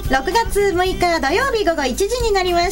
6月6日土曜日午後1時になりました。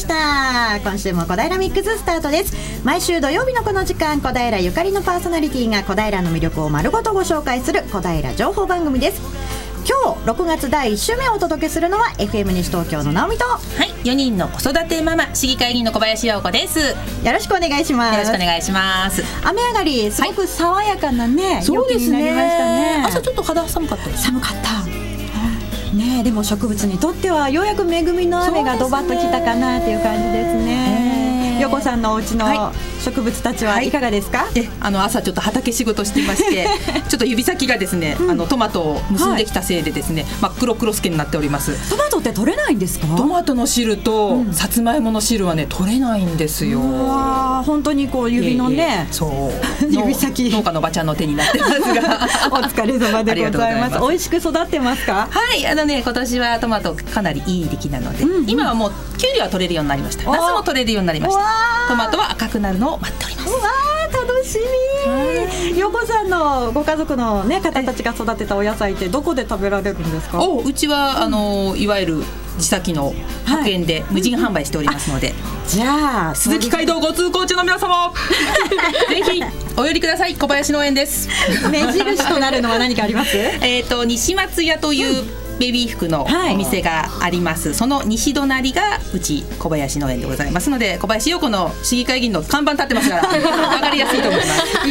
今週も小平ミックススタートです。毎週土曜日のこの時間、小平ゆかりのパーソナリティが小平の魅力を丸ごとご紹介する小平情報番組です。今日6月第1週目をお届けするのは FM 西東京の直美と、 はい、4人の子育てママ市議会議員の小林陽子です。 よろしくお願いします。 よろしくお願いします。 雨上がりすごく爽やかなね、陽気になりましたね。 朝ちょっと肌寒かったです。 寒かったね。でも植物にとってはようやく恵みの雨がドバッときたかなという感じですね。陽子さんのお家の植物たちはいかがですか？ 朝ちょっと畑仕事していましてちょっと指先がですね、トマトを結んできたせいでですね、真っ黒クロスケになっております。 トマトって取れないんですか？ トマトの汁とさつまいもの汁はね取れないんですよ。 本当にこう指のね、 そう指先農家のおばちゃんの手になってますがお疲れ様でございます。美味しく育ってますか？ はい、今年はトマトかなりいい出来なので、今はもうキュウリは取れるようになりました。ナスも取れるようになりました。トマトは赤くなるのを待っております。 楽しみ。陽子さんのご家族の、ね、方たちが育てたお野菜ってどこで食べられるんですか？ うちはいわゆる地先の100円で無人販売しておりますので、 じゃあ鈴木街道ご通行中の皆様ぜひお寄りください。小林農園です。 目印となるのは何かあります？ 西松屋というベビー服のお店があります、その西隣がうち小林農園でございますので、小林陽子の市議会議員の看板立ってますから分かりやすいと思います。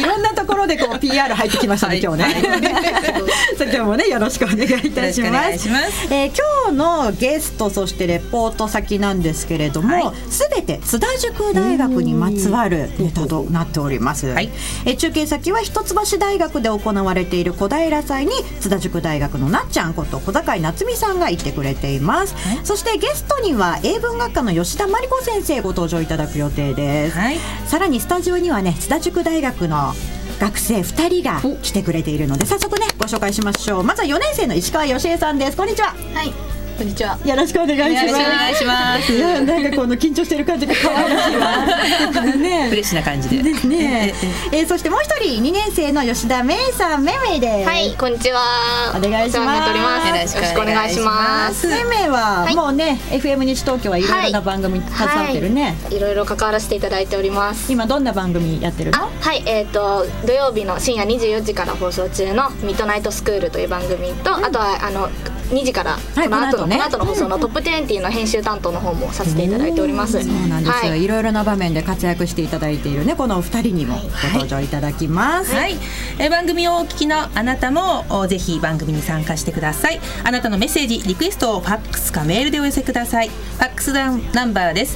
いろんなところでこう PR 入ってきましたね、今日ね、それ今日もねよろしくお願いいたします。今日のゲストそしてレポート先なんですけれども、すべて津田塾大学にまつわるネタとなっております。中継先は一橋大学で行われている小平祭に津田塾大学のなっちゃんこと小坂井夏美さんが行ってくれています。そしてゲストには英文学科の吉田真理子先生ご登場いただく予定です。さらにスタジオにはね津田塾大学の学生2人が来てくれているので早速ねご紹介しましょう。まずは4年生の石川よしえさんです。こんにちは。 はい、こんにちは。 よろしくお願いします。 お願いします。 いやなんかこの緊張している感じが可愛らしいわね、 フレッシュな感じでですね。そしてもう一人2年生の吉田めいさん、めいです。 はい、こんにちは。 お願いします。 よろしくお願いします。 めいはもうね、FM 西東京はいろいろな番組に携わってるね。 いろいろ関わらせていただいております。 今どんな番組やってるの？ はい、土曜日の深夜24時から放送中のミッドナイトスクールという番組と、あとは2時からこの後の放送のトップ20の編集担当の方もさせていただいております。 そうなんですよ、いろいろな場面で活躍していただいているねこのお二人にもご登場いただきます。 番組をお聞きのあなたもぜひ番組に参加してください。あなたのメッセージリクエストをファックスかメールでお寄せください。ファックスナンバーです。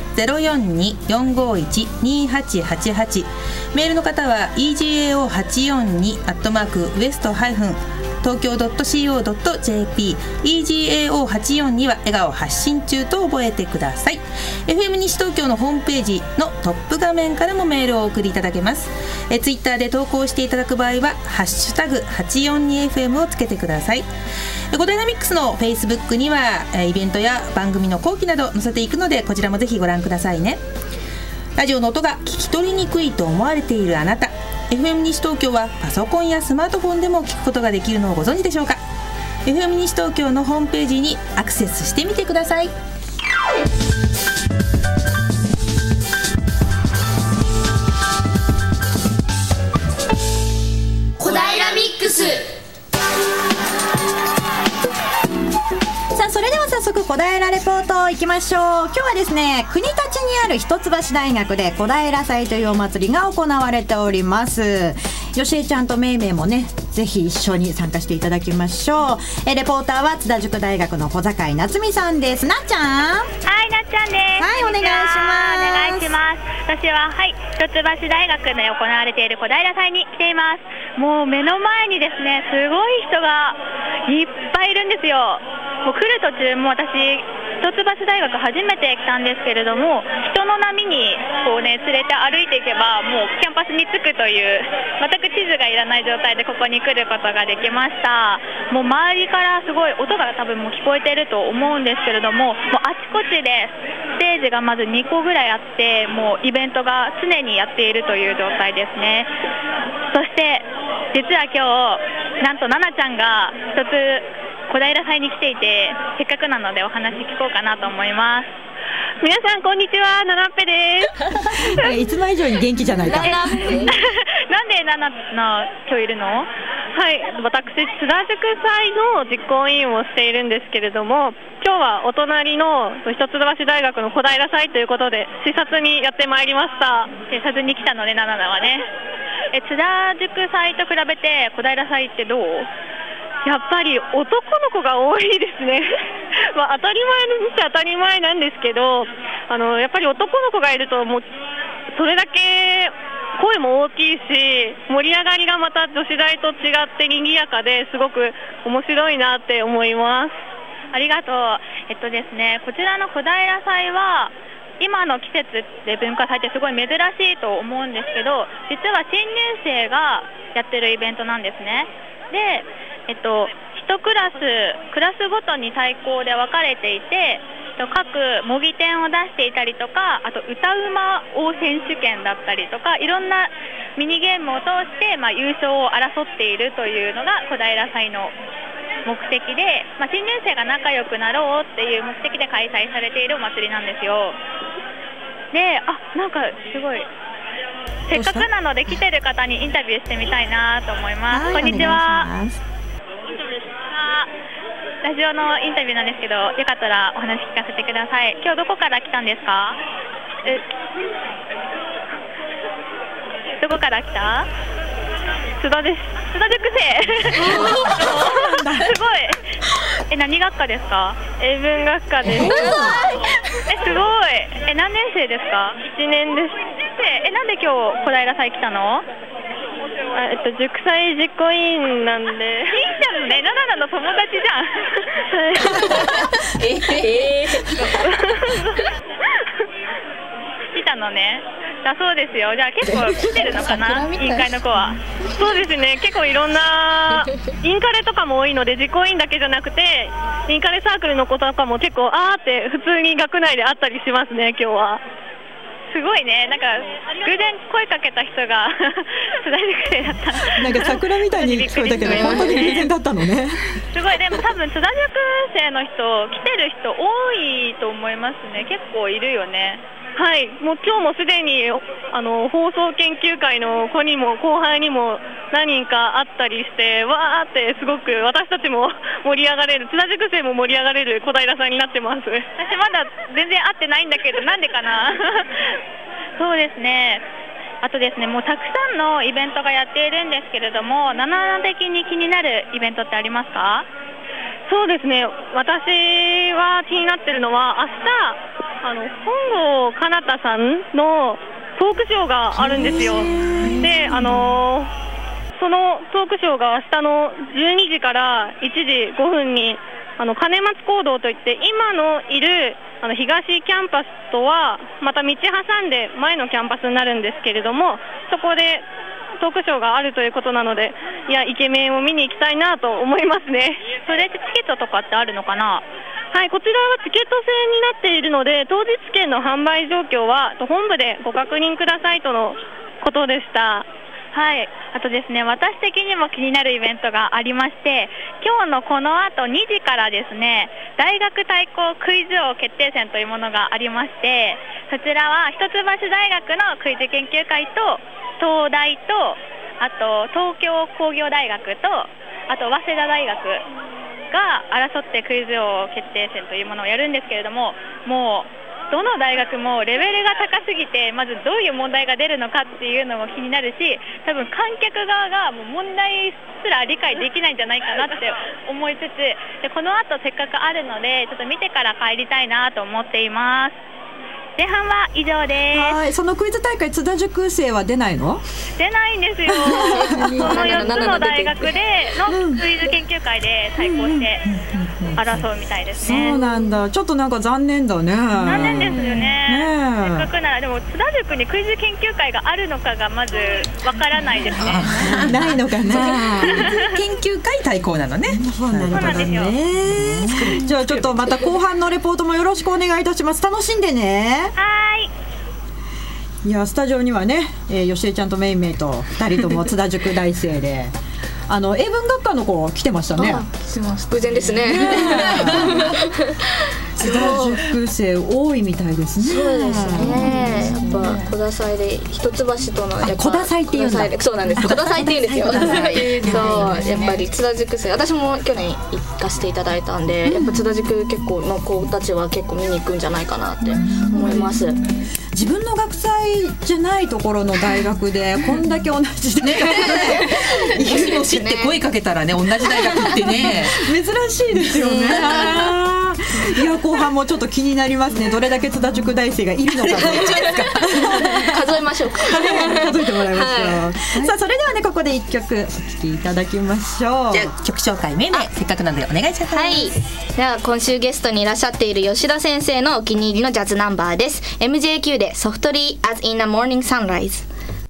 042-451-2888。 メールの方は egao842 東京 .co.jp egao842 は笑顔発信中と覚えてください。 FM 西東京のホームページのトップ画面からもメールをお送りいただけます。ツイッターで投稿していただく場合はハッシュタグ 842FM をつけてください。ゴダイナミックスの Facebook にはイベントや番組の後期など載せていくので、こちらもぜひご覧くださいね。ラジオの音が聞き取りにくいと思われているあなた、FM 西東京はパソコンやスマートフォンでも聞くことができるのをご存知でしょうか。 FM 西東京のホームページにアクセスしてみてください。 小平ミックス。 さあそれでは早速小平レポートいきましょう。今日はですね国立にある一橋大学で小平祭というお祭りが行われております。よしえちゃんとめいめいもねぜひ一緒に参加していただきましょう。レポーターは津田塾大学の小坂井夏美さんです。なっちゃん。 はい、なっちゃんです。 はい、お願いします。 お願いします。私は一橋大学で行われている小平祭に来ています。もう目の前にですねすごい人がいっぱいいるんですよ。もう来る途中も私一橋大学初めて来たんですけれども、人の波にこうね連れて歩いていけばもうキャンパスに着くという全く地図がいらない状態でここに来ることができました。もう周りからすごい音が多分もう聞こえていると思うんですけれども、もうあちこちでステージがまず2個ぐらいあって、もうイベントが常にやっているという状態ですね。そして実は今日なんと奈々ちゃんが一つ小平祭に来ていて、せっかくなのでお話聞こうかなと思います。皆さんこんにちは、ナナッペですいつも以上に元気じゃないか。 ナナッペなんでナナの今日いるの？はい、私津田塾祭の実行委員をしているんですけれども、今日はお隣の一橋大学の小平祭ということで視察にやってまいりました。視察に来たのでナナはね、津田塾祭と比べて小平祭ってどう？やっぱり男の子が多いですねまあ当たり前にして当たり前なんですけど、やっぱり男の子がいるともうそれだけ声も大きいし、盛り上がりがまた女子大と違って賑やかですごく面白いなって思います。ありがとう。ですね、こちらの小平祭は今の季節で文化祭ってすごい珍しいと思うんですけど、実は新入生がやってるイベントなんですね。で、1クラスごとに対抗で分かれていて、各模擬店を出していたりとか、あと歌うま王選手権だったりとか、いろんなミニゲームを通して、優勝を争っているというのが小平祭の目的で、新入生が仲良くなろうっていう目的で開催されているお祭りなんですよ。で、なんかすごいせっかくなので来てる方にインタビューしてみたいなと思います。こんにちは。ラジオのインタビューなんですけど、よかったらお話聞かせてください。今日どこから来たんですか？どこから来た？津田です。津田塾生すごい。何学科ですか？ 英文学科です。 すごい。何年生ですか ？1年です。 なんで今日小平祭来たの？ 塾祭実行委員なんで。いいじゃんね、ナナの友達じゃん来たのね。だそうですよ。じゃあ結構来てるのかな委員会の子は。 そうですね、結構いろんなインカレとかも多いので、実行委員だけじゃなくてインカレサークルの子とかも結構って普通に学内であったりしますね。今日はすごいね。なんか偶然声かけた人が津田塾生だった。 なんか桜みたいに聞こえたけど本当に偶然だったのね。 すごい。でも多分津田塾生の人来てる人多いと思いますね。結構いるよね。 はい、もう今日もすでに放送研究会の子にも後輩にも何人か会ったりして、わーってすごく私たちも盛り上がれる、津田塾生も盛り上がれる小平さんになってます。 私まだ全然会ってないんだけど、なんでかなそうですね。あとですね、もうたくさんのイベントがやっているんですけれども、ナナ的に気になるイベントってありますか？ そうですね、私は気になってるのは明日本郷奏多さんのトークショーがあるんですよ。で、そのトークショーが明日の12時から1時5分に金松講堂といって、今のいる東キャンパスとはまた道挟んで前のキャンパスになるんですけれども、そこでトークショーがあるということなので、イケメンを見に行きたいなと思いますね。 それってチケットとかってあるのかな？ はい、こちらはチケット制になっているので、当日券の販売状況は本部でご確認くださいとのことでした。 はい、あとですね、私的にも気になるイベントがありまして、今日のこの後2時からですね、大学対抗クイズ王決定戦というものがありまして、そちらは一橋大学のクイズ研究会と東大と、あと東京工業大学と、あと早稲田大学が争ってクイズ王決定戦というものをやるんですけれども、もうどの大学もレベルが高すぎて、まずどういう問題が出るのかっていうのも気になるし、多分観客側がもう問題すら理解できないんじゃないかなって思いつつ、でこの後せっかくあるのでちょっと見てから帰りたいなと思っています。前半は以上です。 はい、そのクイズ大会津田塾生は出ないの？ 出ないんですよその4つの大学でのクイズ研究会で対抗して争うみたいですね。 そうなんだ。ちょっとなんか残念だね。 残念ですよね。せっかくなら。でも津田塾にクイズ研究会があるのかがまずわからないですねないのかな研究会対抗なのね。 そうなんですよ。じゃあちょっとまた後半のレポートもよろしくお願いいたします。楽しんでね。 はい。 いやスタジオにはね、よしえちゃんとめいめいと2人とも津田塾大生で英文学科の子来てましたね。 来てます。偶然ですね。 津田塾生多いみたいですね。 そうですね。やっぱ小田祭で一橋との小田祭っていうんだ。 そうなんです。小田祭っていうんですよ。そうやっぱり津田塾生、私も去年行かせていただいたんで、やっぱ津田塾結構の子たちは結構見に行くんじゃないかなって思います。 自分の学祭じゃないところの大学でこんだけ同じで、 もしもしって声かけたらね、同じ大学ってね珍しいですよね。いや、後半もちょっと気になりますね。どれだけ津田塾大生がいるのか数えましょうか。 数えてもらいましょう。さあ、それではね、ここで1曲お聴きいただきましょう。 じゃあ曲紹介めめ、せっかくなのでお願いします。 はい、では今週ゲストにいらっしゃっている吉田先生のお気に入りのジャズナンバーです。 MJQ で Softly as in a morning sunrise。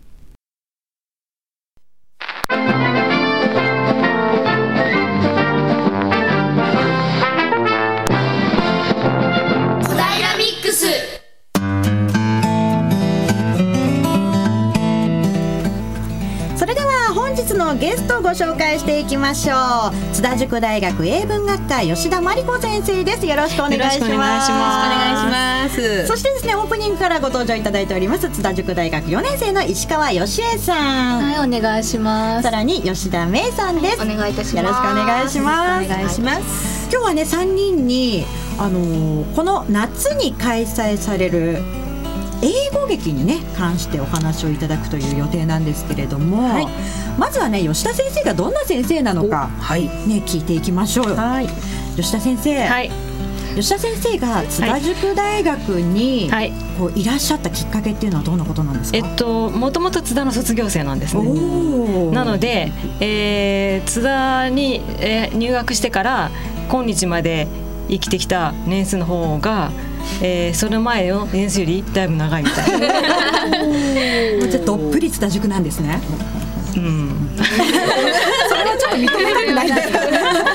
ゲストをご紹介していきましょう。津田塾大学英文学科吉田真理子先生です。よろしくお願いします。 お願いします。 そしてですね、オープニングからご登場いただいております津田塾大学4年生の石川義恵さん。 はい、お願いします。 さらに吉田芽さんです。 お願いいたします。 よろしくお願いします。 お願いします。 今日はね、3人にこの夏に開催される英語劇にね関してお話をいただくという予定なんですけれども、はい、まずはね、吉田先生がどんな先生なのか、はいね、聞いていきましょう。はい、吉田先生、はい、吉田先生が津田塾大学に、はい、こういらっしゃったきっかけっていうのはどんなことなんですか？ もともと津田の卒業生なんですね。なので、津田に、入学してから今日まで生きてきた年数の方がその前の年数よりだいぶ長いみたいな。 じゃあどっぷり津田塾なんですね。 うん。 それはちょっと認めたくないんです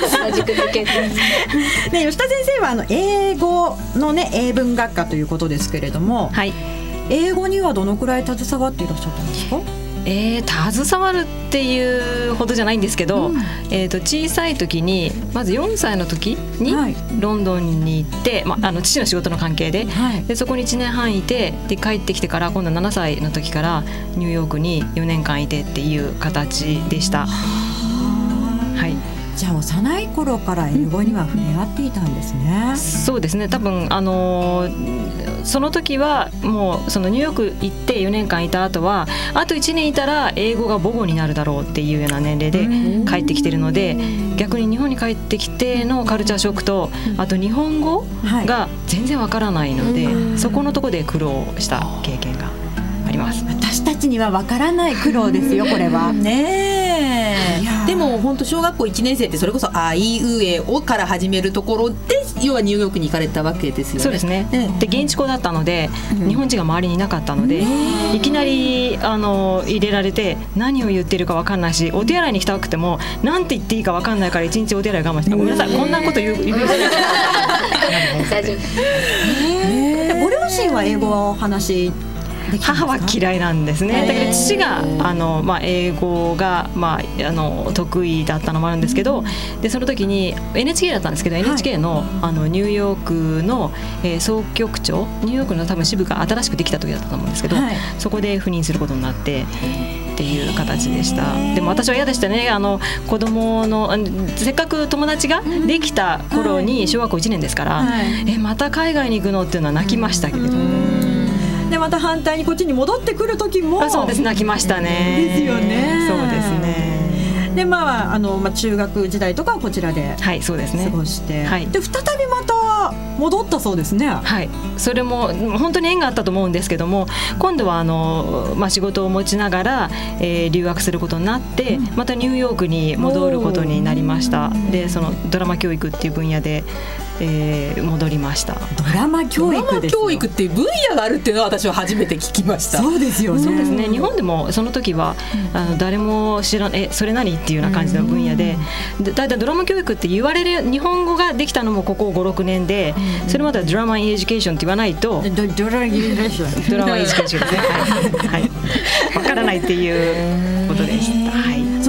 ね。吉田先生は英語のね英文学科ということですけれども、はい、英語にはどのくらい携わっていらっしゃったんですか？ 携わるっていうほどじゃないんですけど、小さい時にまず4歳の時にロンドンに行って、父の仕事の関係 でそこに1年半いて、で帰ってきてから今度7歳の時からニューヨークに4年間いてっていう形でした。はい、 じゃあ幼い頃から英語には触れ合っていたんですね。 そうですね、多分その時はもうそのニューヨーク行って4年間いた後はあと1年いたら英語が母語になるだろうっていうような年齢で帰ってきてるので、逆に日本に帰ってきてのカルチャーショックと、あと日本語が全然わからないので、そこのところで苦労した経験があります。 私たちにはわからない苦労ですよ、これは。 ねえ。でも本当小学校1年生ってそれこそあいうえおから始めるところで、要はニューヨークに行かれたわけですよね。 そうですね。で現地校だったので、日本人が周りにいなかったので、いきなり入れられて何を言ってるか分かんないし、お手洗いに行きたくてもなんて言っていいか分かんないから1日お手洗い我慢して、ごめんなさい、こんなこと言う大丈夫。ご両親は英語をお話母は嫌いなんですね。だけど父が英語が、得意だったのもあるんですけど、でその時に NHK だったんですけど、NHK の、ニューヨークの、総局長、ニューヨークの多分支部が新しくできた時だったと思うんですけど、そこで赴任することになってっていう形でした。でも私は嫌でしたね。子供のせっかく友達ができた頃に小学校1年ですから、また海外に行くのっていうのは泣きましたけれども、 でまた反対にこっちに戻ってくる時もそうです、泣きましたね。 ですよね。 そうですね。 で中学時代とかはこちらで過ごして、で再びまた戻ったそうですね。 はい、それも本当に縁があったと思うんですけども、今度は仕事を持ちながら、留学することになって、またニューヨークに戻ることになりました。でそのドラマ教育っていう分野で戻りました。 ドラマ教育ですよ。 ドラマ教育っていう分野があるっていうのは私は初めて聞きました。 そうですよね。 そうですね。日本でもその時は誰も知らそれ何っていうような感じの分野で、だいたいドラマ教育って言われる日本語ができたのもここ 5,6 年で、それまではドラマエデュケーションって言わないとドラマエデュケーションドラマエデュケーションですね。はい、わからないっていうことでした。はい。 その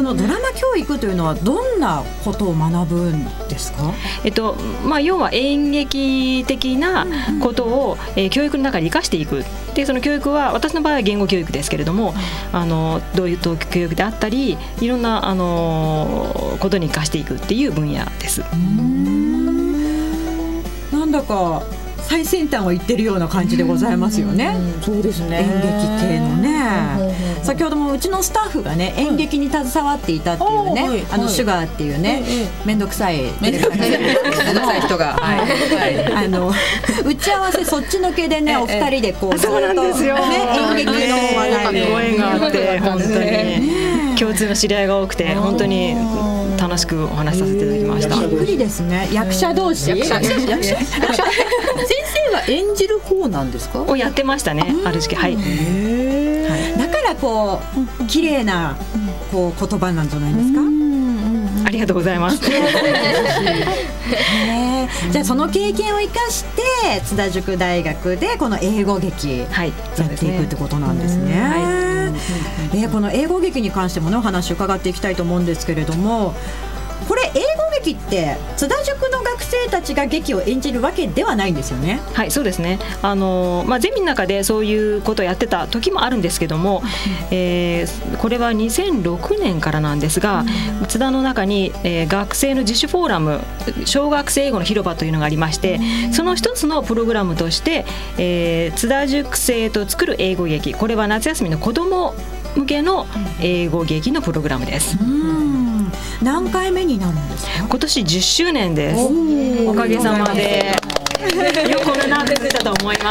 のドラマ教育というのはどんなことを学ぶんですか？ 要は演劇的なことを、教育の中で生かしていく。でその教育は私の場合は言語教育ですけれども、どういう教育であったりいろんなことに生かしていくっていう分野です。 なんだか最先端を言ってるような感じでございますよね。 そうですね。 演劇系のね。先ほどもうちのスタッフがね演劇に携わっていたっていうね、シュガーっていうね、めんどくさい人が打ち合わせそっちのけでねお二人でこうそうなんですよ、 演劇の話題でご縁があって本当に共通の知り合いが多くて本当に楽しくお話しさせていただきました。 びっくりですね。役者同士。先生は演じる方なんですか？ をやってましたね。ある時期。はい。 だからこう綺麗なこう言葉なんじゃないですか？ ありがとうございます。 じゃあその経験を生かして津田塾大学でこの英語劇やっていくってことなんですね。この英語劇に関してもねお話を伺っていきたいと思うんですけれども、これ英語劇って津田塾の学生たちが劇を演じるわけではないんですよね。 はい、そうですね。ゼミの中でそういうことをやってた時もあるんですけども、これは2006年からなんですが、津田の中に、学生の自主フォーラム小学生英語の広場というのがありまして、その一つのプログラムとして、津田塾生と作る英語劇、これは夏休みの子ども向けの英語劇のプログラムです。 何回目になるんですか？ 今年10周年です。おかげさまでよくなってくれたと思います。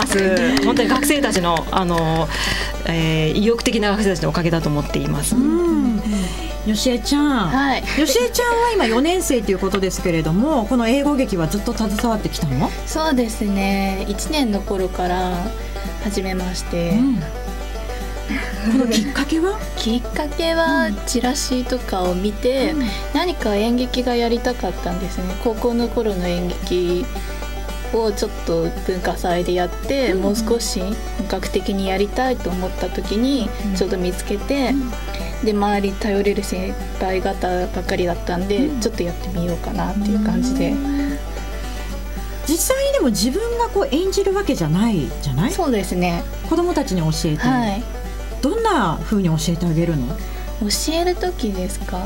本当に学生たちの、意欲的な学生たちのおかげだと思っています。 よしえちゃん、よしえちゃんは今4年生ということですけれども、この英語劇はずっと携わってきたの？ そうですね、1年の頃から始めまして、 このきっかけは？ きっかけはチラシとかを見て、何か演劇がやりたかったんですね。高校の頃の演劇をちょっと文化祭でやって、もう少し本格的にやりたいと思った時にちょっと見つけて、で周り頼れる先輩方ばっかりだったんで、ちょっとやってみようかなっていう感じで。 実際にでも自分がこう演じるわけじゃないじゃない？ そうですね。 子供たちに教えて、どんな風に教えてあげるの？ 教える時ですか？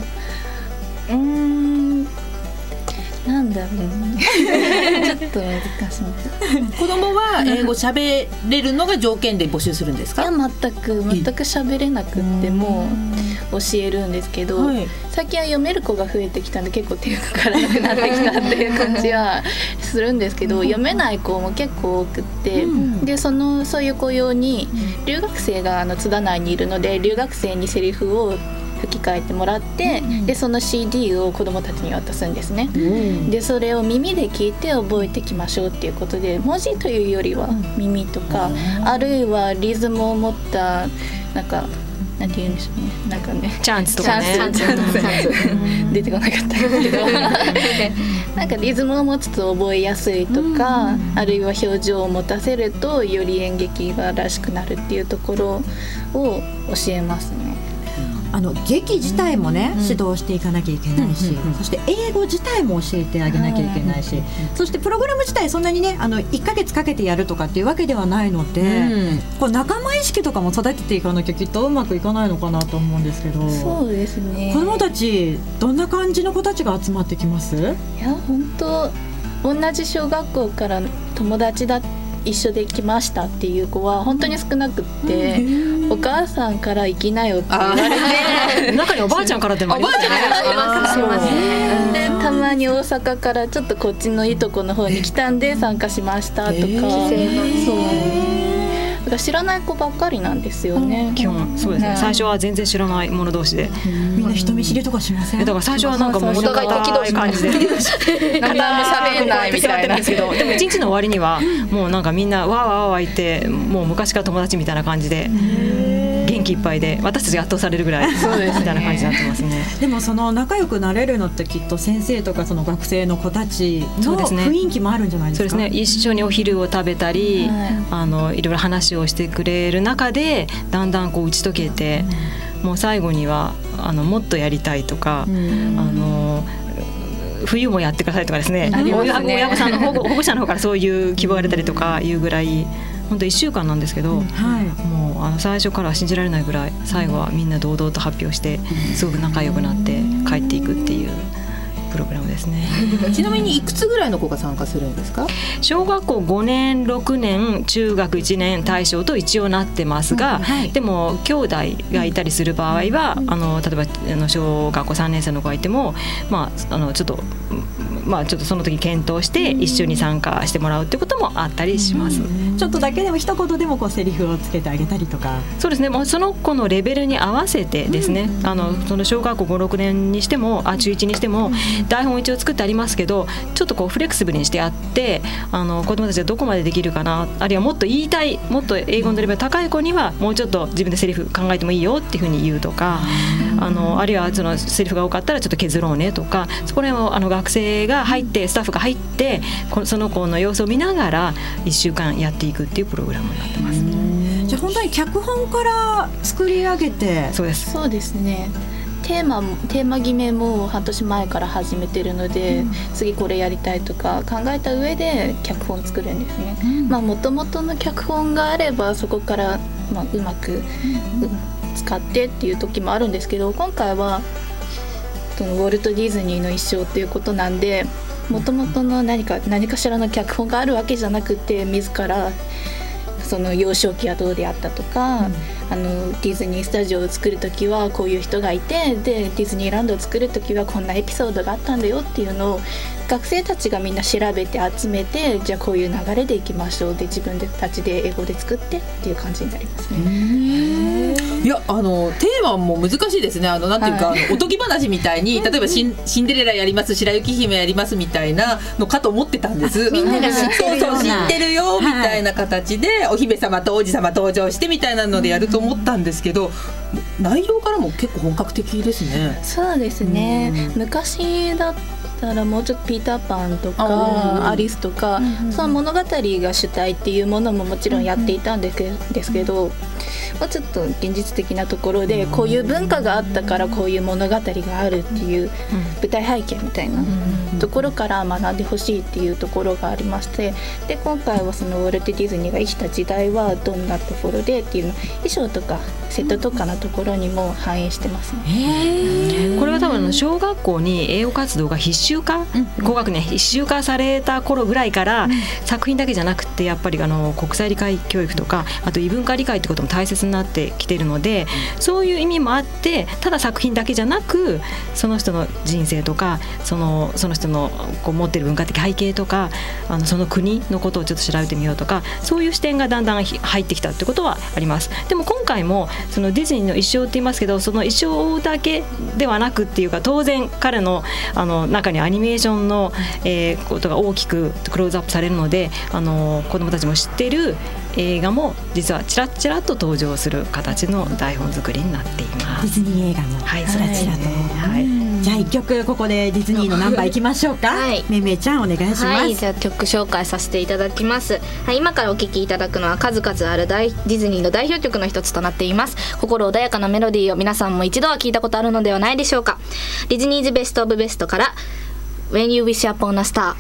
なんだろうちょっと難しい。 子供は英語喋れるのが条件で募集するんですか？ いや、全く喋れなくっても教えるんですけど、最近は読める子が増えてきたんで結構手がかからなくなってきたっていう感じはするんですけど、読めない子も結構多くって、でそういう子用に留学生が津田内にいるので、留学生にセリフを吹き替えてもらって、でその CD を子どもたちに渡すんですね。でそれを耳で聞いて覚えていきましょうっていうことで、文字というよりは耳とか、あるいはリズムを持ったなんて言うんでしょうね、なんかね、 チャンスとかね、 出てこなかったんですけどなんかリズムを持つと覚えやすいとか、あるいは表情を持たせるとより演劇がらしくなるっていうところを教えますね。 劇自体もね、指導していかなきゃいけないし、そして英語自体も教えてあげなきゃいけないし、そしてプログラム自体そんなにね1ヶ月かけてやるとかっていうわけではないので、こう仲間意識とかも育てていかなきゃきっとうまくいかないのかなと思うんですけど。 そうですね。 子どもたちどんな感じの子たちが集まってきます？いや本当同じ小学校から友達だ一緒で来ましたっていう子は本当に少なくって、お母さんから行きなよって言われて中におばあちゃんからでもありますね。 でたまに大阪からちょっとこっちのいとこの方に来たんで参加しましたとか、だから知らない子ばっかりなんですよね。 基本そうですね。最初は全然知らない者同士で、 みんな人見知りとかしません？ だから最初はなんかもうお互い硬い感じで何も喋れないみたいな。 でも一日の終わりにはもうなんかみんなわーわーわー言って、もう昔から友達みたいな感じで元気いっぱいで、私たちが圧倒されるぐらいみたいな感じになってますね。 でもその仲良くなれるのってきっと先生とかその学生の子たちの雰囲気もあるんじゃないですか？ そうですね。一緒にお昼を食べたり、いろいろ話をしてくれる中でだんだんこう打ち解けて、 もう最後にはもっとやりたいとか、冬もやってくださいとかですね、親御さんの保護者の方からそういう希望が出たりとかいうぐらい、本当1週間なんですけど、もう最初から信じられないぐらい最後はみんな堂々と発表してすごく仲良くなって帰っていくっていうプログラムですね。 ちなみにいくつぐらいの子が参加するんですか？ 小学校5年6年中学1年対象と一応なってますが、でも兄弟がいたりする場合は、例えば小学校3年生の子がいても、ちょっとその時検討して一緒に参加してもらうってこともあったりします。 ちょっとだけでも一言でもセリフをつけてあげたりとか。 そうですね、もうその子のレベルに合わせてですね、その小学校5、6年にしても中1にしても台本一応作ってありますけど、ちょっとフレキシブルにしてあって、子どもたちがどこまでできるかな、あるいはもっと言いたい、もっと英語のレベル高い子にはもうちょっと自分でセリフ考えてもいいよっていうふうに言うとか、あるいはそのセリフが多かったらちょっと削ろうねとか、そこら辺を学生が入ってスタッフが入ってその子の様子を見ながら1週間やっていくっていうプログラムになってます。 じゃあ本当に脚本から作り上げて。 そうですね。テーマ決めも半年前から始めてるので、次これやりたいとか考えた上で脚本作るんですね。もともとの脚本があればそこから、うまく、使ってっていう時もあるんですけど、今回はそのウォルト・ディズニーの一生っていうことなんで、もともとの何かしらの脚本があるわけじゃなくて、自らその幼少期はどうであったとか、ディズニースタジオを作るときはこういう人がいて、でディズニーランドを作るときはこんなエピソードがあったんだよっていうのを学生たちがみんな調べて集めて、じゃあこういう流れでいきましょうで、自分たちで英語で作ってっていう感じになりますね。 いやテーマも難しいですね。なんていうか、おとぎ話みたいに、例えばシンデレラやります、白雪姫やりますみたいなのかと思ってたんです。 みんなが知ってるような、 知ってるよみたいな形で、お姫様と王子様登場してみたいなのでやると思ったんですけど、内容からも結構本格的ですね。 そうですね、昔だったらもうちょっとピーターパンとかアリスとか、その物語が主体っていうものももちろんやっていたんですけど、もうちょっと現実的なところで、こういう文化があったからこういう物語があるっていう舞台背景みたいなところから学んでほしいっていうところがありまして、で今回はそのウォルト・ディズニーが生きた時代はどんなところでっていうの、衣装とかセットとかのところにも反映してますね。 これは多分小学校に英語活動が必修化、高学年必修化された頃ぐらいから、作品だけじゃなくてやっぱり国際理解教育とか、あと異文化理解ってことも大切になってきているので、そういう意味もあって、ただ作品だけじゃなく、その人の人生とかその人の持っている文化的背景とか、その国のことをちょっと調べてみようとか、そういう視点がだんだん入ってきたってことはあります。でも今回もそのディズニーの一生って言いますけど、その一生を追うだけではなくっていうか、当然彼の中にアニメーションのことが大きくクローズアップされるので、子どもたちも知っている映画も実はちらちらと登場する形の台本作りになっています。 ディズニー映画もちらちらと、じゃあ1曲ここでディズニーのナンバーいきましょうか。めめちゃんお願いします。 じゃあ曲紹介させていただきます。今からお聴きいただくのは数々あるディズニーの代表曲の一つとなっています。心穏やかなメロディーを皆さんも一度は聞いたことあるのではないでしょうか。ディズニーズベストオブベストからWhen You Wish Upon a Star。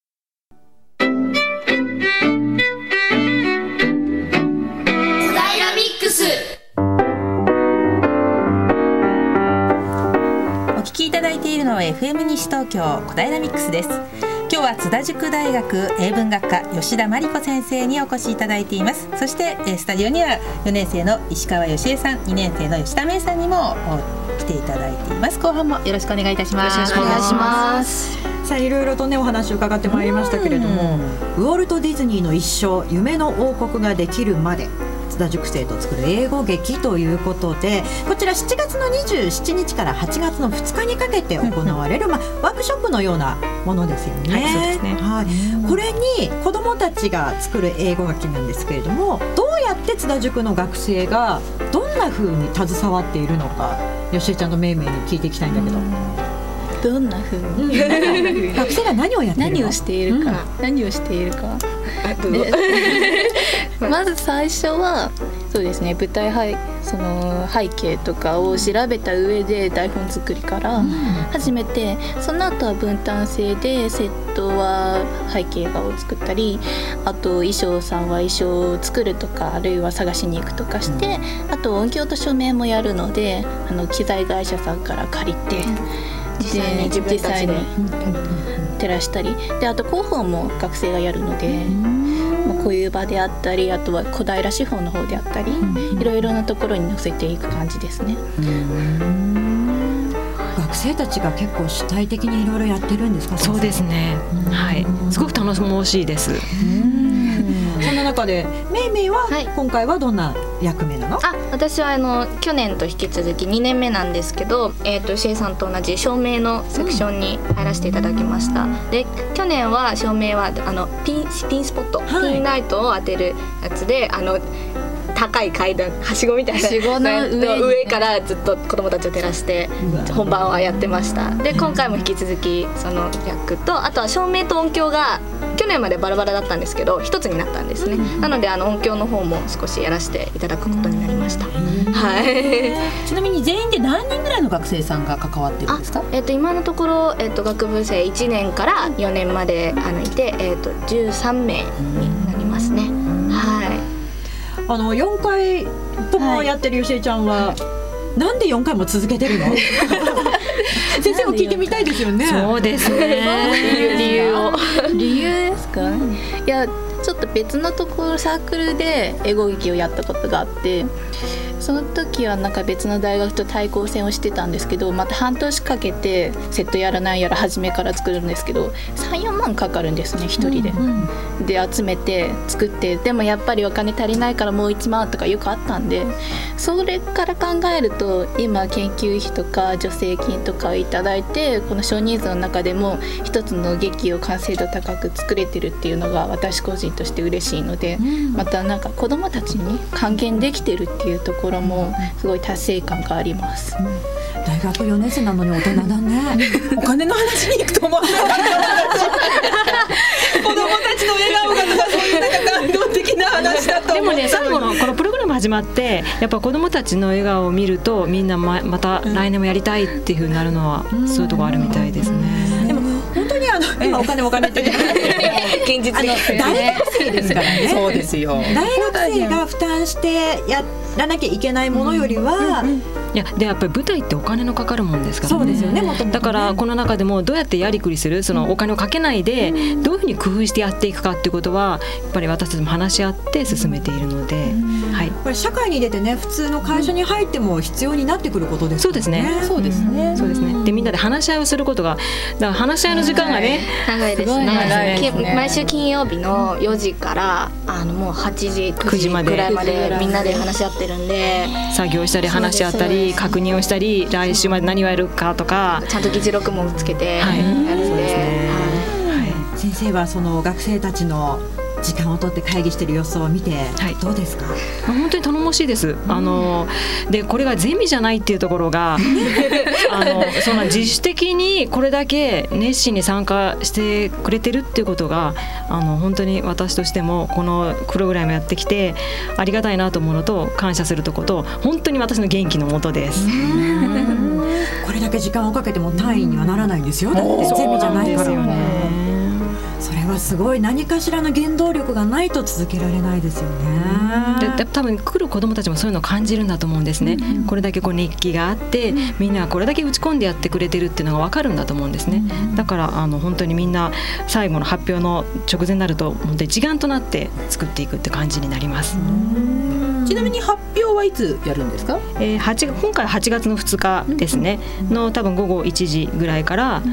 お聞きいただいているのは FM 西東京小平ミックスです。今日は津田塾大学英文学科吉田真理子先生にお越しいただいています。そしてスタジオには4年生の石川よしえさん、2年生の吉田芽衣さんにも来ていただいています。後半もよろしくお願いいたします。 よろしくお願いします。 さあいろいろとねお話を伺ってまいりましたけれども、ウォルト・ディズニーの一生、夢の王国ができるまで、津田塾生と作る英語劇ということで、こちら7月の27日から8月の2日にかけて行われる、ワークショップのようなものですよね。 はい、そうですね。 これに子どもたちが作る英語劇なんですけれども、どうやって津田塾の学生がどんな風に携わっているのか、よしえちゃんとめいめいに聞いていきたいんだけど。 どんな風に学生が何をやっているの、 何をしているか、まず最初はそうですね、舞台その背景とかを調べた上で台本作りから始めて、その後は分担制でセットは背景画を作ったり、あと衣装さんは衣装を作るとか、あるいは探しに行くとかして、あと音響と照明もやるので機材会社さんから借りて、 実際に自分たちで照らしたりで、あと広報も学生がやるので、こういう場であったり、あとは小平司法の方であったり、いろいろなところに載せていく感じですね。 学生たちが結構主体的にいろいろやってるんですか？ そうですね、はい、すごく頼もしいです。 そんな中でめいめいは今回はどんな役目なの？ 私は去年と引き続き2年目なんですけど、吉江さんと同じ照明のセクションに入らせていただきました。で去年は照明はピンスポット、ピンライトを当てるやつで高い階段、はしごみたいな上からずっと子どもたちを照らして本番はやってました。で今回も引き続きその役と、あとは照明と音響が去年までバラバラだったんですけど一つになったんですね。なので音響の方も少しやらせていただくことになりました。はい。 ちなみに全員で何人ぐらいの学生さんが関わってるんですか？ 今のところ、学部生1年から4年までいて、13名になりますね。はい。 4回ともやってるよしえちゃんは、なんで4回も続けてるの？先生も聞いてみたいですよね。 そうですね。 理由ですか？いや、ちょっと別のところサークルで英語劇をやったことがあって、その時はなんか別の大学と対抗戦をしてたんですけど、また半年かけてセットやらないやら初めから作るんですけど 3,4 万かかるんですね、一人で、で集めて作って、でもやっぱりお金足りないからもう1万とかよくあったんで、それから考えると今研究費とか助成金とかをいただいて、この少人数の中でも一つの劇を完成度高く作れてるっていうのが私個人として嬉しいので、またなんか子どもたちに還元できてるっていうところもすごい達成感があります。 大学4年生なのに大人だね。 お金の話に行くと思わなかった子供たちの笑顔がとかそういうなんか感動的な話だと思った。 でもね、最後のこのプログラム始まってやっぱ子どもたちの笑顔を見るとみんな また来年もやりたいっていう風になるのはそういうところあるみたいですね。 でも本当に今お金って現実に大学生ですからね。 そうですよ。 大学生が負担してやらなきゃいけないものよりは、 いやでやっぱり舞台ってお金のかかるもんですからね。 そうですよね。 だからこの中でもどうやってやりくりする、そのお金をかけないでどういうふうに工夫してやっていくかっていうことはやっぱり私たちも話し合って進めているので、はい、 これ社会に出てね、普通の会社に入っても必要になってくることですよね。 そうですね。そうですね。でみんなで話し合いをすることが、だから話し合いの時間がね、 長いですね。毎週金曜日の4時からもう8時9時くらいまでみんなで話し合ってるんで、 作業したり話し合ったり確認をしたり、来週まで何をやるかとか、 ちゃんと議事録もつけてやるんで、 先生はその学生たちの時間を取って会議している様子を見てどうですか？ 本当に頼もしいです。でこれがゼミじゃないっていうところがそんな自主的にこれだけ熱心に参加してくれてるっていうことが本当に私としてもこのプログラムやってきてありがたいなと思うのと、感謝するところと、本当に私の元気のもとです。 これだけ時間をかけても単位にはならないんですよ。だってゼミじゃないから。それはすごい、何かしらの原動力がないと続けられないですよね。 で多分来る子どもたちもそういうのを感じるんだと思うんですね。これだけ熱気があって、みんながこれだけ打ち込んでやってくれてるっていうのが分かるんだと思うんですね。だから本当にみんな最後の発表の直前になると本当に一丸となって作っていくって感じになります。 ちなみに発表はいつやるんですか？ 今回8月の2日ですね、の多分午後1時ぐらいから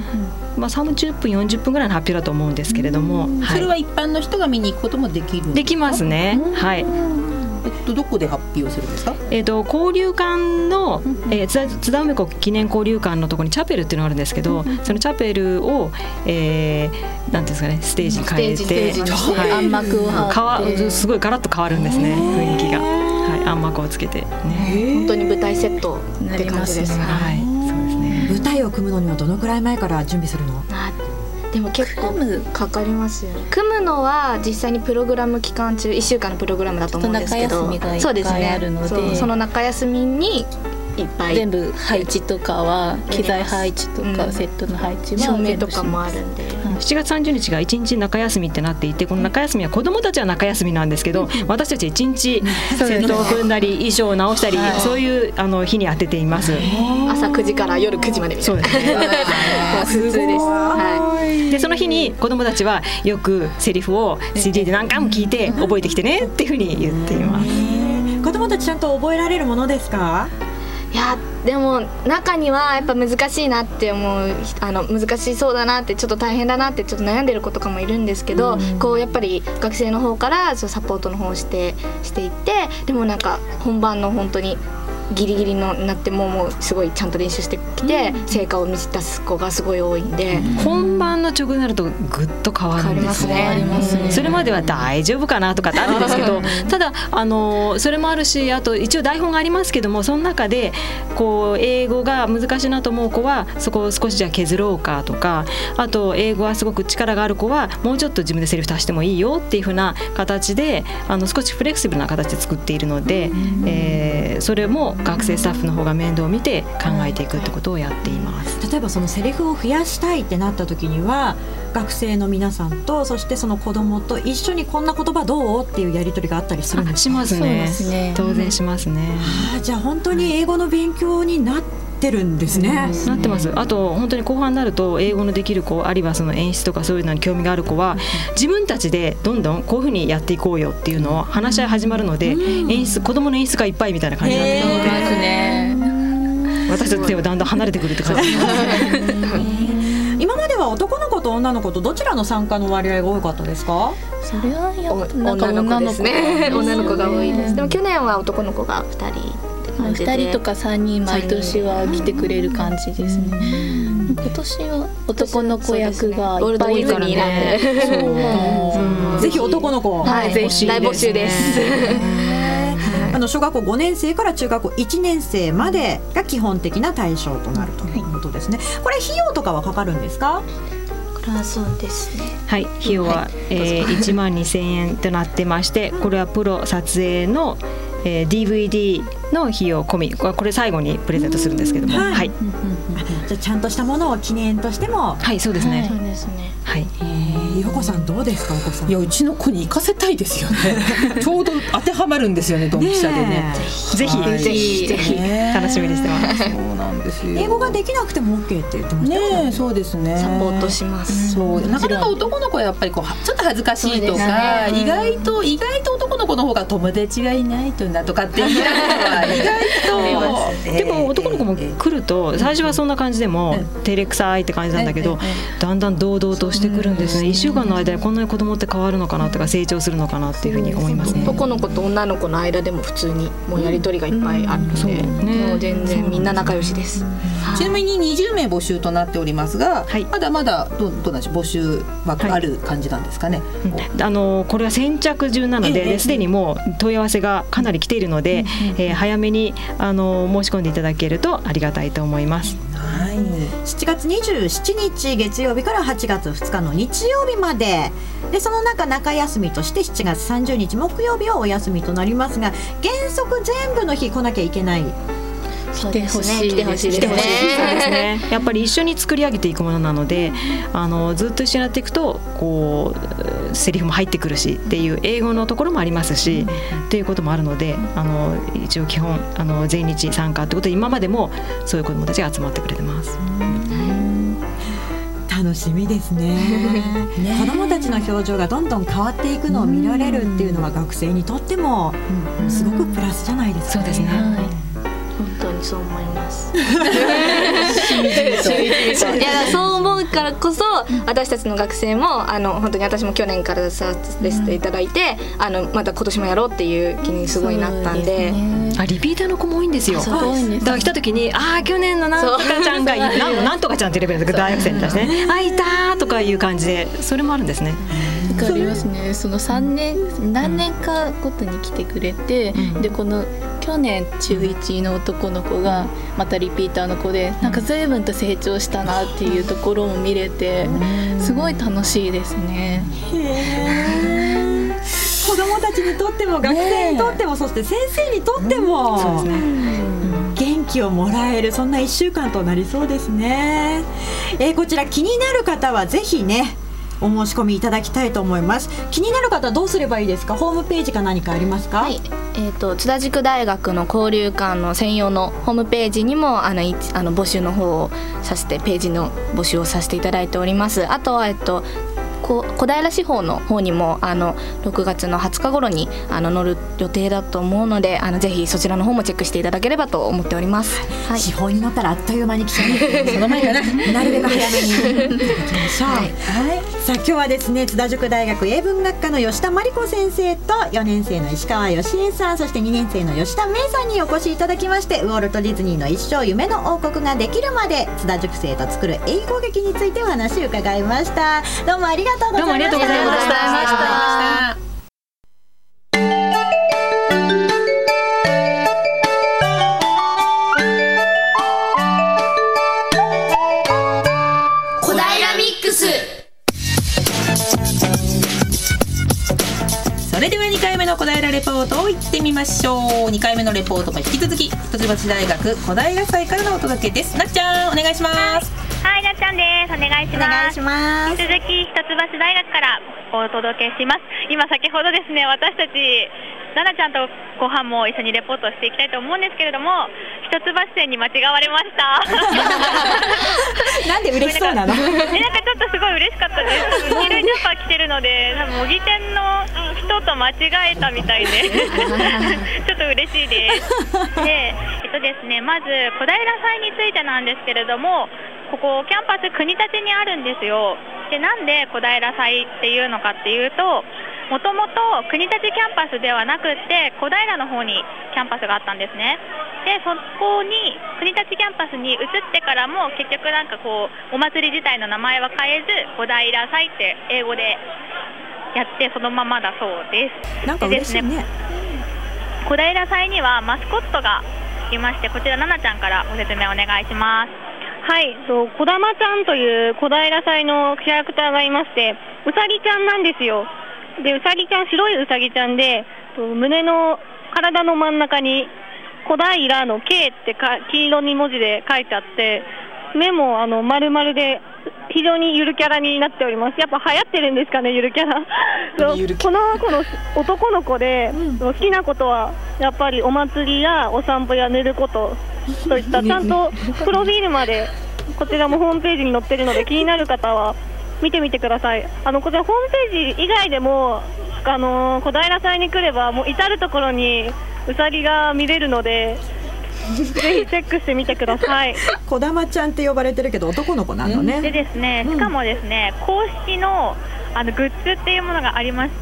、30分40分ぐらいの発表だと思うんですけれども、 それは一般の人が見に行くこともできるんですか？ できますね。はい。 どこで発表するんですか？ 交流館の、津田梅子記念交流館のところにチャペルっていうのがあるんんですけど、そのチャペルを、なんていうんですかね、ステージに変えて、 暗幕をすごいガラッと変わるんですね、雰囲気が、はい、暗幕をつけて、ね、 本当に舞台セットって感じです。 はい、そうですね。舞台を組むのにはどのくらい前から準備するの？ でも結構かかりますよね。組むのは実際にプログラム期間中1週間のプログラムだと思うんですけど、 そうですね、あるので、 その中休みにいっぱい全部配置とかは機材配置とかセットの配置は照明とかもあるんで、 7月30日が1日中休みってなっていて、この中休みは子どもたちは中休みなんですけど、私たち1日セットを組んだり衣装を直したり、そういう日に当てています。 朝9時から夜9時までみたいな。そうですね普通です。 でその日に子どもたちはよくセリフを CD で何回も聞いて覚えてきてねっていうふうに言っています。 子どもたちちゃんと覚えられるものですか？ いやでも中にはやっぱ難しいなって思う、難しそうだなって、ちょっと大変だなってちょっと悩んでる子とかもいるんですけど、こうやっぱり学生の方からサポートの方をしていって、でもなんか本番の本当にギリギリのなってもうすごいちゃんと練習してきて、成果を見せ出す子がすごい多いんで、 本番の直になるとぐっと変わるんですね。それまでは大丈夫かなとかってあるんですけどただそれもあるし、あと一応台本がありますけども、その中でこう英語が難しいなと思う子はそこを少しじゃあ削ろうかとか、あと英語はすごく力がある子はもうちょっと自分でセリフ足してもいいよっていう風な形で少しフレキシブルな形で作っているので、それも学生スタッフの方が面倒を見て考えていくってことをやっています。 例えばそのセリフを増やしたいってなった時には、学生の皆さんとそしてその子どもと一緒にこんな言葉どうっていうやり取りがあったりするんですか？ しますね。当然しますね。 じゃあ本当に英語の勉強になってるんですね。 なってます。あと本当に後半になると英語のできる子、あるいはその演出とかそういうのに興味がある子は自分たちでどんどんこういう風にやっていこうよっていうのを話し合い始まるので、子どもの演出がいっぱいみたいな感じになってくるので、私たち手はだんだん離れてくるって感じです今までは男の子と女の子とどちらの参加の割合が多かったですか？ それは女の子ですね。女の子が多いです。でも去年は男の子が2人 2人とか3人毎年は来てくれる感じですね。今年は男の子役がいっぱいいるからね。 ぜひ男の子、 大募集です。 小学校5年生から中学校1年生までが基本的な対象となるということですね。これ費用とかはかかるんですか？ そうですね。 はい、費用は、12,000円となってまして、これはプロ撮影の、DVD の費用込み、これ最後にプレゼントするんですけども、はい、 じゃあちゃんとしたものを記念としても、 はい、そうですね。 はい。よこさんどうですか？お子さん。 いや、うちの子に行かせたいですよね。ちょうど当てはまるんですよね、ドンピシャでね。 ぜひ楽しみにしてます。 そうなんですよ。 英語ができなくても OK って言ってましたね。そうですね。 サポートします。 そう、なかなか男の子はやっぱりこうちょっと恥ずかしいとか、意外と男の子の方が友達がいないとなとかっていうのは意外とでも男の子も来ると最初はそんな感じでも照れくさいって感じなんだけど、だんだん堂々としてくるんですね。1週間の間にこんなに子供って変わるのかなとか成長するのかなっていうふうに思いますね。 男の子と女の子の間でも普通にもうやり取りがいっぱいあるので、もう全然みんな仲良しです。 ちなみに20名募集となっておりますが、まだまだどうなんでしょう、募集枠ある感じなんですかね。 これは先着順なので、すでにもう問い合わせがかなり来ているので、早めに申し込んでいただけるとありがたいと思います。 7月27日月曜日から8月2日の日曜日までで、その中休みとして7月30日木曜日はお休みとなりますが、原則全部の日来なきゃいけない。 来てほしいですね。やっぱり一緒に作り上げていくものなので、ずっと一緒にやっていくとこうセリフも入ってくるしっていう英語のところもありますし、っていうこともあるので、一応基本全日参加ってことで今までもそういう子どもたちが集まってくれてます。 楽しみですね。子どもたちの表情がどんどん変わっていくのを見られるっていうのは学生にとってもすごくプラスじゃないですか。 そうですね。 本当にそう思います。いや、そう思うからこそ私たちの学生も本当に私も去年からさせていただいて、また今年もやろうっていう気にすごいなったんで、 リピーターの子も多いんですよ。だから来た時に去年のなんとかちゃんがなんとかちゃんってレベルですけど、大学生に対してね、いたとかいう感じで、それもあるんですね。 ありますね。その何年かごとに来てくれて、でこの去年中1の男の子がまたリピーターの子で、なんか随分と成長したなっていうところを見れてすごい楽しいですね。 子どもたちにとっても学生にとっても、そして先生にとっても、そうですね、元気をもらえるそんな1週間となりそうですね。こちら気になる方はぜひねお申し込みいただきたいと思います。気になる方はどうすればいいですか？ホームページか何かありますか？ はい、津田塾大学の交流館の専用のホームページにも募集の方をさせてページの募集をさせていただいております。あとは小平市方の方にも6月の20日頃に乗る予定だと思うのでぜひそちらの方もチェックしていただければと思っております。はい、 司法に乗ったらあっという間に来ちゃうその前かななるべく早めにいただきましょう。はい、さあ今日はですね津田塾大学英文学科の吉田真理子先生と4年生の石川義恵さん、そして2年生の吉田芽衣さんにお越しいただきまして、ウォルト・ディズニーの一生夢の王国ができるまで津田塾生と作る英語劇についてお話を伺いました。どうもありがとうございました。 どうもありがとうございました。 小平ミックス。 それでは2回目の小平レポートを行ってみましょう。2回目のレポートも引き続き一橋大学小平祭からのお届けです。なっちゃんお願いします。 はい、なっちゃんです。お願いします。引き続き一橋大学からお届けします。今先ほどですね、私たちななちゃんとご飯も一緒にレポートしていきたいと思うんですけれども、一橋線に間違われましたなんで嬉しそうなの？ なんかちょっとすごい嬉しかったです。黄色いジャンパー着てるので多分模擬店の人と間違えたみたいでちょっと嬉しいです。で、ですね、まず小平祭についてなんですけれども、ここキャンパス国立にあるんですよ。で、なんで小平祭っていうのかっていうと、もともと国立キャンパスではなくって小平の方にキャンパスがあったんですね。で、そこに国立キャンパスに移ってからも結局なんかこうお祭り自体の名前は変えず小平祭って英語でやってそのままだそうです。 なんか嬉しいね。 でですね、小平祭にはマスコットがいまして、こちらななちゃんからご説明お願いします。 はい、こだまちゃんという小平祭のキャラクターがいまして、うさぎちゃんなんですよ。で、うさぎちゃん、白いうさぎちゃんで、胸の体の真ん中に小平の K って黄色に文字で書いてあって、目も丸々で非常にゆるキャラになっております。やっぱ流行ってるんですかね、ゆるキャラこの子の男の子で、好きなことはやっぱりお祭りやお散歩や寝ることといったちゃんとプロフィールまでこちらもホームページに載ってるので、気になる方は見てみてください。こちらホームページ以外でも小平祭に来ればもう至るところにうさぎが見れるのでぜひチェックしてみてください。 こだまちゃんって呼ばれてるけど男の子なのね。 でですね、しかもですね、公式のグッズっていうものがありまして、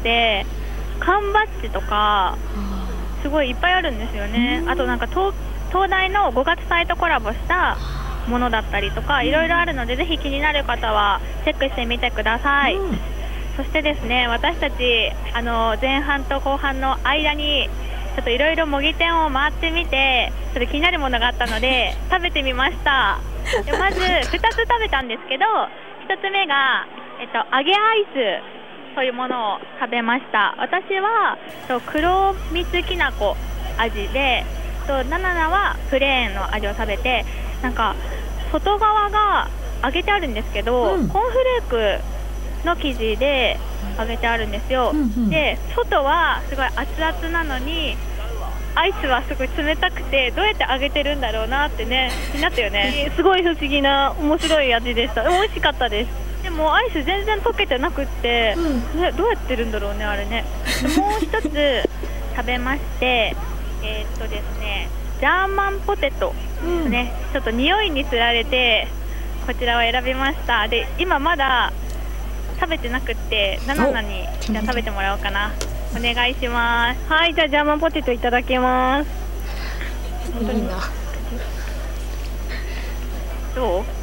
缶バッジとかすごいいっぱいあるんですよね。あとなんか東大の5月祭とコラボしたものだったりとかいろいろあるので、ぜひ気になる方はチェックしてみてください。そしてですね、私たち前半と後半の間にちょっといろいろ模擬店を回ってみて、ちょっと気になるものがあったので食べてみました。で、まず2つ食べたんですけど、1つ目が、揚げアイスというものを食べました。私は黒蜜きなこ味で、ナナナはプレーンの味を食べて、なんか外側が揚げてあるんですけど、コーンフレークの生地で揚げてあるんですよ。で、外はすごい熱々なのにアイスはすごい冷たくて、どうやって揚げてるんだろうなってね、気になったよね。すごい不思議な面白い味でした。美味しかったです。でもアイス全然溶けてなくって、どうやってるんだろうね、あれね。もう一つ食べましてですね、ジャーマンポテトですね。ちょっと匂いにつられてこちらを選びました。で、今まだ食べてなくって、ナナナにじゃあ食べてもらおうかな。お願いします。はい、じゃあジャーマンポテトいただきます。本当にな。どう？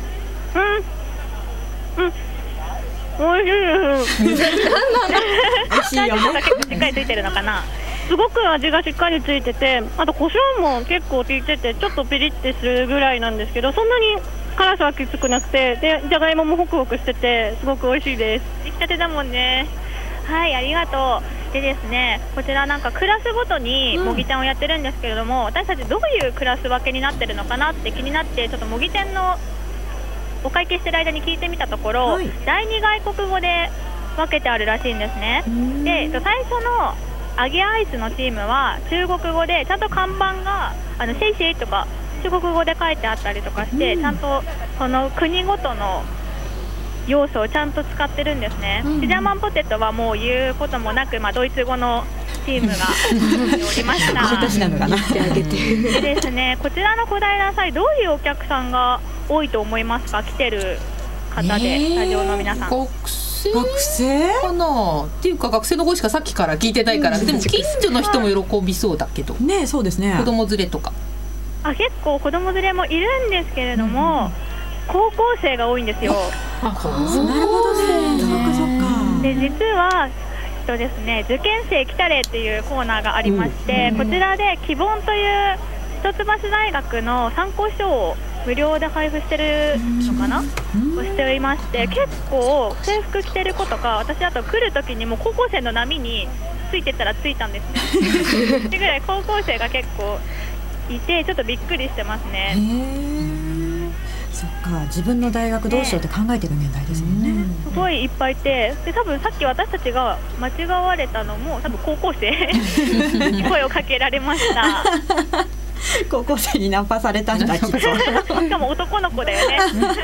美味しいです。美味しいよね。結構しっかりついてるのかな。すごく味がしっかりついてて、あと胡椒も結構効いてて、ちょっとピリッてするぐらいなんですけど、そんなに辛さはきつくなくて、でじゃがいももホクホクしててすごく美味しいです。出来たてだもんね。はい、ありがとう。でですね、こちらなんかクラスごとに模擬店をやってるんですけれども、私たちどういうクラス分けになってるのかなって気になって、ちょっと模擬店のお会計してる間に聞いてみたところ、第2外国語で分けてあるらしいんですね。で最初の揚げアイスのチームは中国語で、ちゃんと看板がシェイシェイとか中国語で書いてあったりとかして、ちゃんとその国ごとの要素をちゃんと使ってるんですね。ジャーマンポテトはもう言うこともなく、ドイツ語のチームがおりました。 私なのかな。 でですね、こちらの小平祭どういうお客さんが多いと思いますか？来てる方で、スタジオの皆さん。 学生かなっていうか、学生の方しかさっきから聞いてないから、でも近所の人も喜びそうだけどね。そうですね。 子供連れとか結構子供連れもいるんですけれども、高校生が多いんですよ。 なるほどね。そっかそっか。 で実はですね、受験生来たれっていうコーナーがありまして、こちらで希望という一橋大学の参考書を無料で配布してるのかな、をしていまして、結構制服着てる子とか、私あと来る時にもう高校生の波についてったらついたんですね。ってぐらい高校生が結構いて、ちょっとびっくりしてますね。 そっか、自分の大学どうしようって考えてる年代ですもんね。 すごいいっぱいいて、で多分さっき私たちが間違われたのも多分高校生に声をかけられました。 高校生にナンパされたんだきっと。しかも男の子だよね。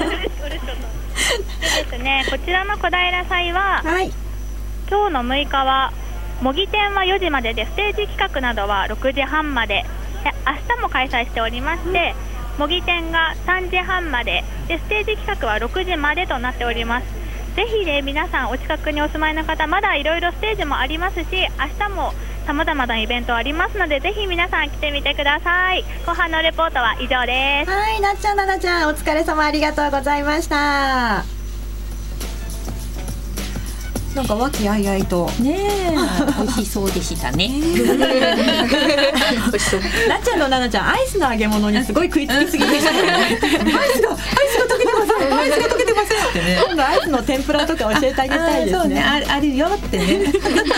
ですね、こちらの小平祭は、今日の6日は模擬店は4時までで、ステージ企画などは6時半まで、明日も開催しておりまして、模擬店が3時半までで、ステージ企画は6時までとなっております。ぜひね、皆さんお近くにお住まいの方、まだいろいろステージもありますし、明日もさまざまなイベントありますので、ぜひ皆さん来てみてください。後半のレポートは以上です。 はい、なっちゃん、ななちゃん、お疲れ様、ありがとうございました。なんか和気あいあいとね美味しそうでしたね。 なっちゃんとななちゃん、アイスの揚げ物にすごい食いつきすぎでしたよね。アイスが溶けてます、アイスが溶けてますってね。今度アイスの天ぷらとか教えてあげたいですね。 そうね、あるよってね。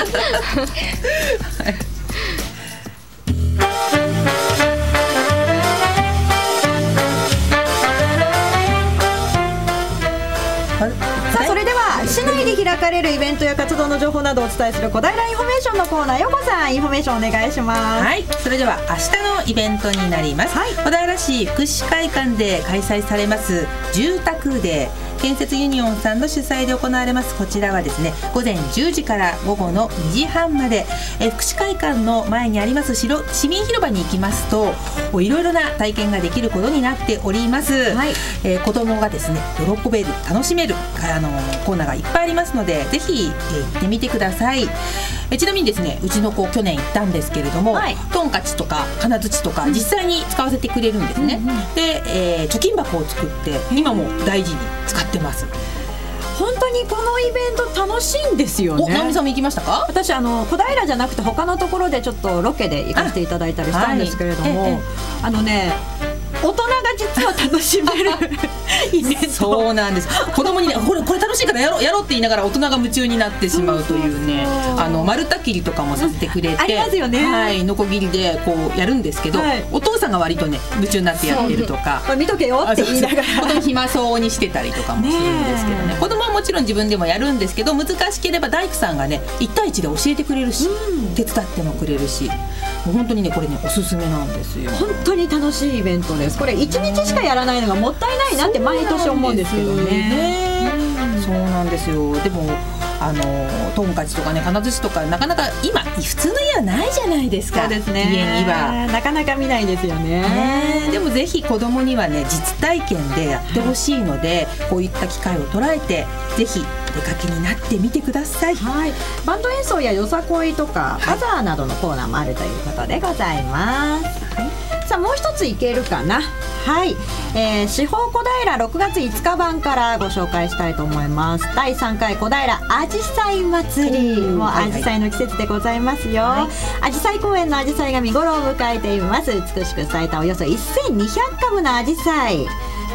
さあ、それでは市内で開かれるイベントや活動の情報などをお伝えする小平インフォメーションのコーナー、よこさん、インフォメーションお願いします。 はい、それでは明日のイベントになります。小平市福祉会館で開催されます住宅デー、建設ユニオンさんの主催で行われます。こちらはですね、午前10時から午後の2時半まで、福祉会館の前にあります市民広場に行きますと、いろいろな体験ができることになっております。子供がですね、喜べる、楽しめるコーナーがいっぱいありますので、ぜひ行ってみてください。ちなみにですね、うちの子去年行ったんですけれども、トンカチとか金槌とか実際に使わせてくれるんですね。で、貯金箱を作って今も大事に使ってます。 本当にこのイベント楽しいんですよね。 直美さんも行きましたか？ 私小平じゃなくて他のところでちょっとロケで行かせていただいたりしたんですけれども、大人が実は楽しめるイベント。 そうなんです。子供にね、これ楽しいからやろうって言いながら大人が夢中になってしまうというね、丸太切りとかもさせてくれて、 ありますよね。 はい、ノコギリでこうやるんですけど、お父さんが割とね夢中になってやってるとか、 これ見とけよって言いながら子供暇そうにしてたりとかもするんですけどね。子供はもちろん自分でもやるんですけど、難しければ大工さんがね1対1で教えてくれるし、手伝ってもくれるし、もう本当にねこれねおすすめなんですよ。 本当に楽しいイベントです。これ1日しかやらないのがもったいないなって毎年思うんですけどね。 そうなんですよ。でもトンカチとかね、金槌とかなかなか今普通の家はないじゃないですか。 そうですね、 家にはなかなか見ないですよね。 でもぜひ子供にはね実体験でやってほしいので、こういった機会を捉えてぜひ出かけになってみてください。 バンド演奏やよさこいとかバザーなどのコーナーもあるということでございます。さあ、もう一ついけるかな。四方小平6月5日版からご紹介したいと思います。第3回小平あじさい祭り、もうあじさいの季節でございますよ。あじさい公園のあじさいが見頃を迎えています。美しく咲いたおよそ1200株のあじさい、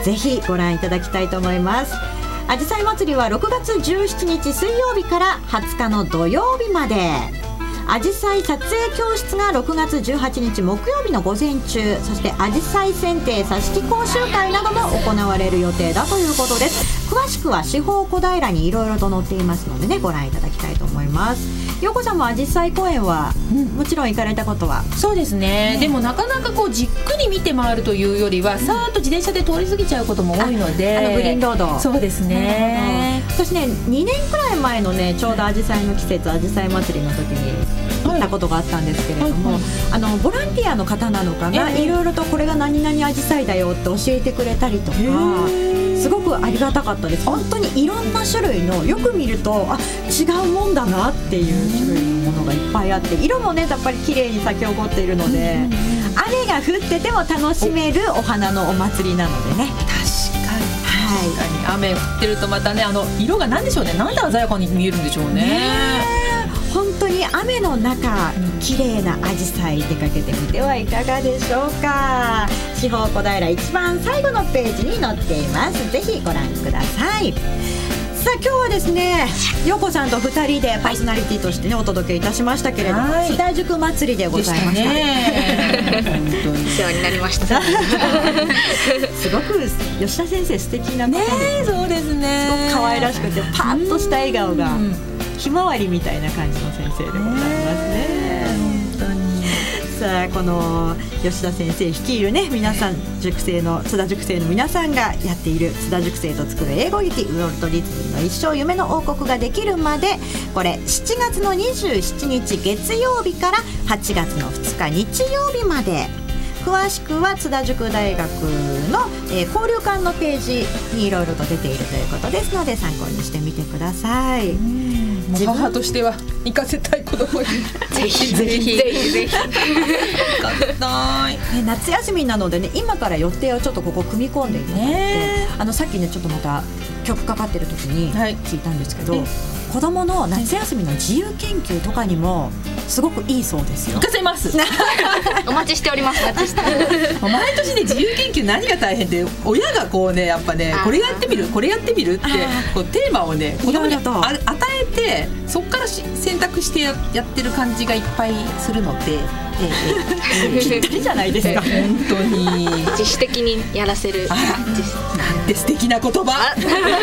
ぜひご覧いただきたいと思います。あじさい祭りは6月17日水曜日から20日の土曜日まで、あじさい撮影教室が6月18日木曜日の午前中、そしてあじさい剪定挿し木講習会なども行われる予定だということです。詳しくは四方小平にいろいろと載っていますのでね、ご覧いただきたいと思います。陽子さんもあじさい公園は、もちろん行かれたことは？ そうですね、でもなかなかこうじっくり見て回るというよりは、さーっと自転車で通り過ぎちゃうことも多いので、 グリーンロード。 そうですね、 私ね2年くらい前のねちょうどあじさいの季節、あじさい祭りの時に行ったことがあったんですけれども、ボランティアの方なのかがいろいろとこれが何々あじさいだよって教えてくれたりとか、すごくありがたかったです。本当にいろんな種類の、よく見ると違うもんだなっていう種類のものがいっぱいあって、色もねやっぱり綺麗に咲き誇っているので、雨が降ってても楽しめるお花のお祭りなのでね。 確かに雨降ってるとまたね、色がなんでしょうね、なんで鮮やかに見えるんでしょうね。 本当に雨の中、綺麗なアジサイ出かけてみてはいかがでしょうか。四方小平一番最後のページに載っています。ぜひご覧ください。さあ今日はですね、陽子さんと2人でパーソナリティとしてねお届けいたしましたけれども、津田塾祭りでございましたね。本当に世話になりましたすごく吉田先生素敵な方ですね。 そうですね、 すごく可愛らしくてパッとした笑顔がひまわりみたいな感じの先生でございますね。本当に。さあこの吉田先生率いるね皆さん塾生の津田塾生の皆さんがやっている津田塾生と作る英語劇ウォルト・ディズニーの一生夢の王国ができるまで、これ7月の27日月曜日から8月の2日日曜日まで。詳しくは津田塾大学の、交流館のページにいろいろと出ているということですので参考にしてみてください。 母としては行かせたい子供にぜひぜひぜひぜひ夏休みなのでね、今から予定をちょっとここ組み込んでいただいて、さっきねちょっとまた曲かかってる時に聞いたんですけど、子供の夏休みの自由研究とかにもすごくいいそうですよ。 行かせますお待ちしております。 毎年ね自由研究何が大変で、親がこうねやっぱねこれやってみるこれやってみるってこうテーマをね子供に与えて、そこから選択してやってる感じがいっぱいするので、 ぴったりじゃないですか。 本当に自主的にやらせる。 なんて素敵な言葉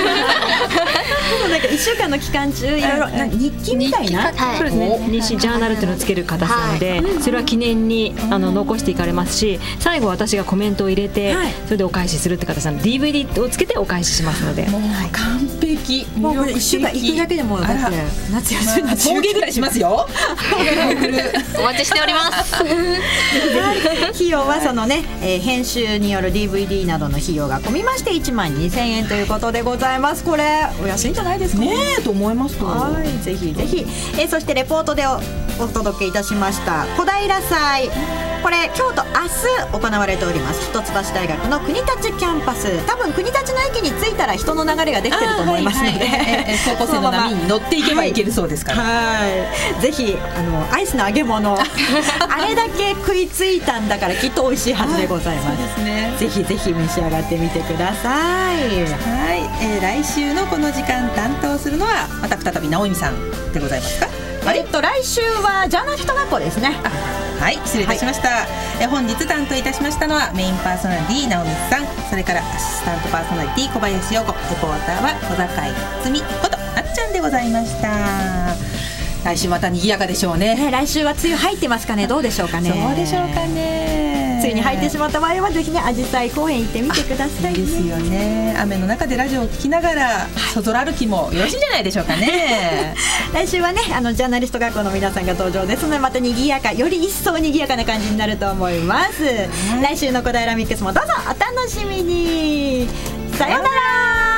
なんか1週間の期間中いろいろ日記みたいな、 そうですね、日誌ジャーナルっていうのをつける形なので、それは記念に残していかれますし、最後私がコメントを入れてそれでお返しするって形なので DVD をつけてお返ししますので、 もう完璧。 もうこれ1週間行くだけでもだって夏休みの送迎ぐらいしますよお待ちしております費用はそのね、編集による DVD などの費用が込みまして12,000円ということでございます。これお安いんじゃないですかねと思います。 はい、ぜひぜひ。そしてレポートでお届けいたしました小平祭、これ今日と明日行われております一橋大学の国立キャンパス。多分国立の駅に着いたら人の流れができてると思いますので、 高校生の波に乗っていけばいけるそうですから、 ぜひアイスの揚げ物あれだけ食いついたんだからきっと美味しいはずでございます、ぜひぜひ召し上がってみてください。 来週のこの時間担当するのはまた再び直美さんでございますか。 来週はジャーナリスト学校ですね。 はい、失礼いたしました、本日担当いたしましたのはメインパーソナリティ直美さん、それからアシスタントパーソナリティ小林陽子、レポーターは小坂井つみことなっちゃんでございました。来週また賑やかでしょうね。 来週は梅雨入ってますかね。どうでしょうかね。 そうでしょうかね。 梅雨に入ってしまった場合はぜひねあじさい公園行ってみてください、 ですよね。雨の中でラジオを聞きながら外歩きもよろしいんじゃないでしょうかね来週はねジャーナリスト学校の皆さんが登場ですので、また賑やか、より一層賑やかな感じになると思います、来週の小平ミックスもどうぞお楽しみに。さようなら。